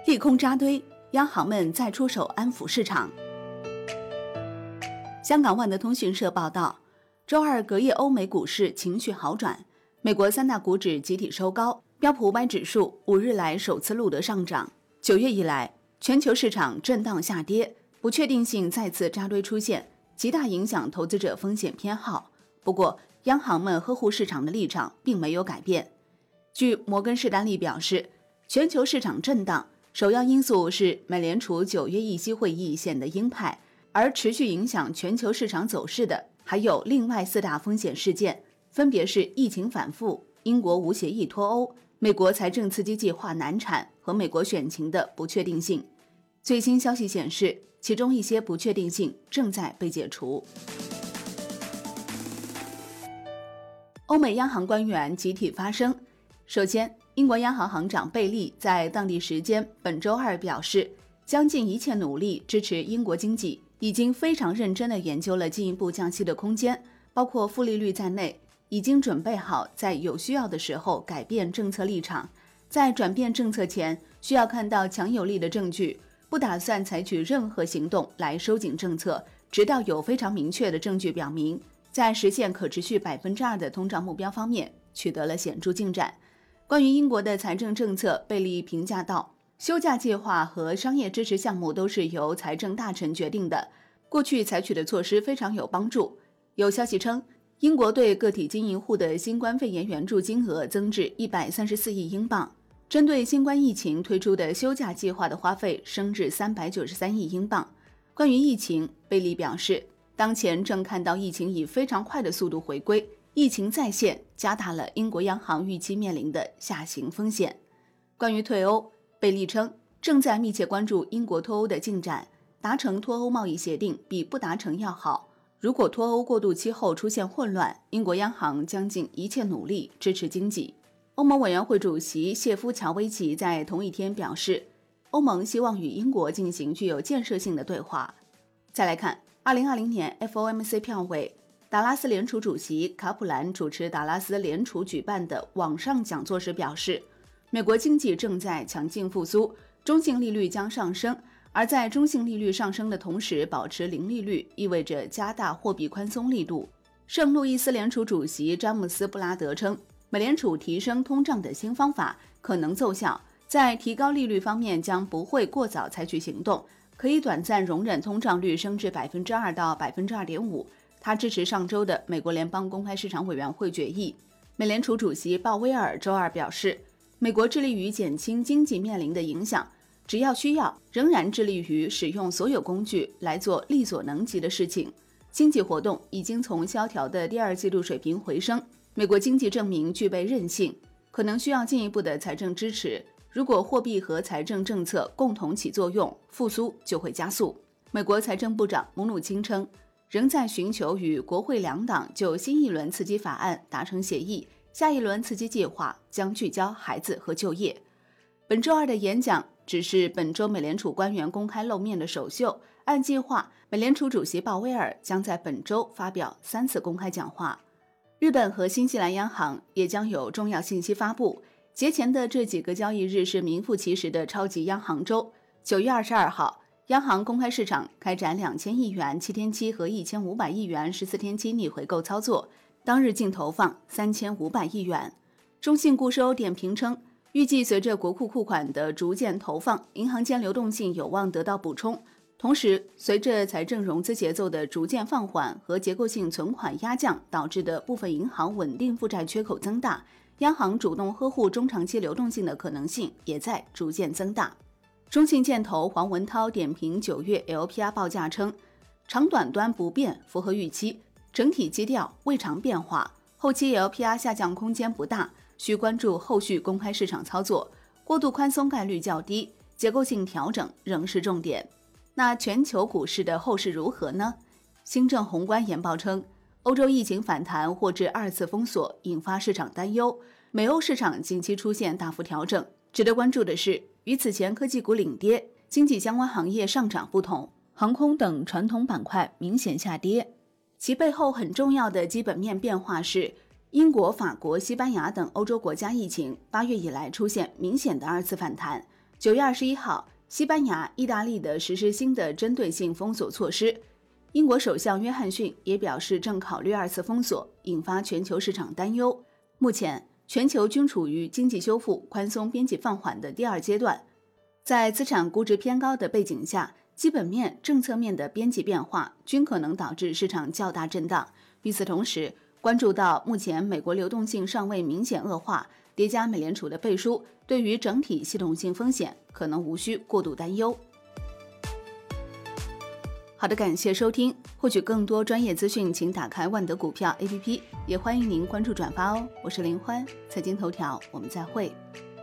利空扎堆，央行们再出手安抚市场。香港万德通讯社报道，周二隔夜欧美股市情绪好转，美国三大股指集体收高，标普500指数5日来首次录得上涨。9月以来，全球市场震荡下跌，不确定性再次扎堆出现，极大影响投资者风险偏好。不过，央行们呵护市场的立场并没有改变。据摩根士丹利表示，全球市场震荡首要因素是美联储9月议息会议显得鹰派，而持续影响全球市场走势的还有另外4大风险事件，分别是疫情反复、英国无协议脱欧、美国财政刺激计划难产和美国选情的不确定性。最新消息显示，其中一些不确定性正在被解除。欧美央行官员集体发声。首先，英国央行行长贝利在当地时间本周二表示，将尽一切努力支持英国经济，已经非常认真地研究了进一步降息的空间，包括负利率在内，已经准备好在有需要的时候改变政策立场。在转变政策前，需要看到强有力的证据，不打算采取任何行动来收紧政策，直到有非常明确的证据表明，在实现可持续2%的通胀目标方面取得了显著进展。关于英国的财政政策，贝利评价道，休假计划和商业支持项目都是由财政大臣决定的，过去采取的措施非常有帮助。有消息称，英国对个体经营户的新冠肺炎援助金额增至134亿英镑，针对新冠疫情推出的休假计划的花费升至393亿英镑。关于疫情，贝利表示，当前正看到疫情以非常快的速度回归，疫情再现加大了英国央行预期面临的下行风险。关于退欧，贝利称正在密切关注英国脱欧的进展，达成脱欧贸易协定比不达成要好。如果脱欧过渡期后出现混乱，英国央行将尽一切努力支持经济。欧盟委员会主席谢夫乔维奇在同一天表示，欧盟希望与英国进行具有建设性的对话。再来看2020年 FOMC 票委，达拉斯联储主席卡普兰主持达拉斯联储举办的网上讲座时表示，美国经济正在强劲复苏，中性利率将上升，而在中性利率上升的同时保持零利率意味着加大货币宽松力度。圣路易斯联储主席詹姆斯布拉德称，美联储提升通胀的新方法可能奏效，在提高利率方面将不会过早采取行动，可以短暂容忍通胀率升至2%到2.5%。他支持上周的美国联邦公开市场委员会决议。美联储主席鲍威尔周二表示，美国致力于减轻经济面临的影响，只要需要，仍然致力于使用所有工具来做力所能及的事情。经济活动已经从萧条的第2季度水平回升，美国经济证明具备韧性，可能需要进一步的财政支持。如果货币和财政政策共同起作用，复苏就会加速。美国财政部长姆努钦称，仍在寻求与国会两党就新一轮刺激法案达成协议，下一轮刺激计划将聚焦孩子和就业。本周二的演讲只是本周美联储官员公开露面的首秀，按计划，美联储主席鲍威尔将在本周发表3次公开讲话。日本和新西兰央行也将有重要信息发布。节前的这几个交易日是名副其实的超级央行周。9月22号，央行公开市场开展2000亿元7天期和1500亿元14天期逆回购操作，当日净投放3500亿元。中信固收点评称，预计随着国库库款的逐渐投放，银行间流动性有望得到补充。同时，随着财政融资节奏的逐渐放缓和结构性存款压降导致的部分银行稳定负债缺口增大，央行主动呵护中长期流动性的可能性也在逐渐增大。中信建投黄文涛点评9月 LPR 报价称，长短端不变，符合预期，整体基调未尝变化，后期 LPR 下降空间不大，需关注后续公开市场操作，过度宽松概率较低，结构性调整仍是重点。那全球股市的后市如何呢？新政宏观研报称，欧洲疫情反弹或致2次封锁，引发市场担忧，美欧市场近期出现大幅调整。值得关注的是，与此前科技股领跌、经济相关行业上涨不同，航空等传统板块明显下跌。其背后很重要的基本面变化是，英国、法国、西班牙等欧洲国家疫情8月以来出现明显的2次反弹， 9月21号，西班牙、意大利的实施新的针对性封锁措施。英国首相约翰逊也表示正考虑2次封锁，引发全球市场担忧。目前，全球均处于经济修复、宽松边际放缓的第2阶段。在资产估值偏高的背景下，基本面、政策面的边际变化均可能导致市场较大震荡。与此同时，关注到目前美国流动性尚未明显恶化，叠加美联储的背书，对于整体系统性风险可能无需过度担忧。好的，感谢收听。获取更多专业资讯，请打开万德股票 APP， 也欢迎您关注转发哦。我是林欢，财经头条，我们再会。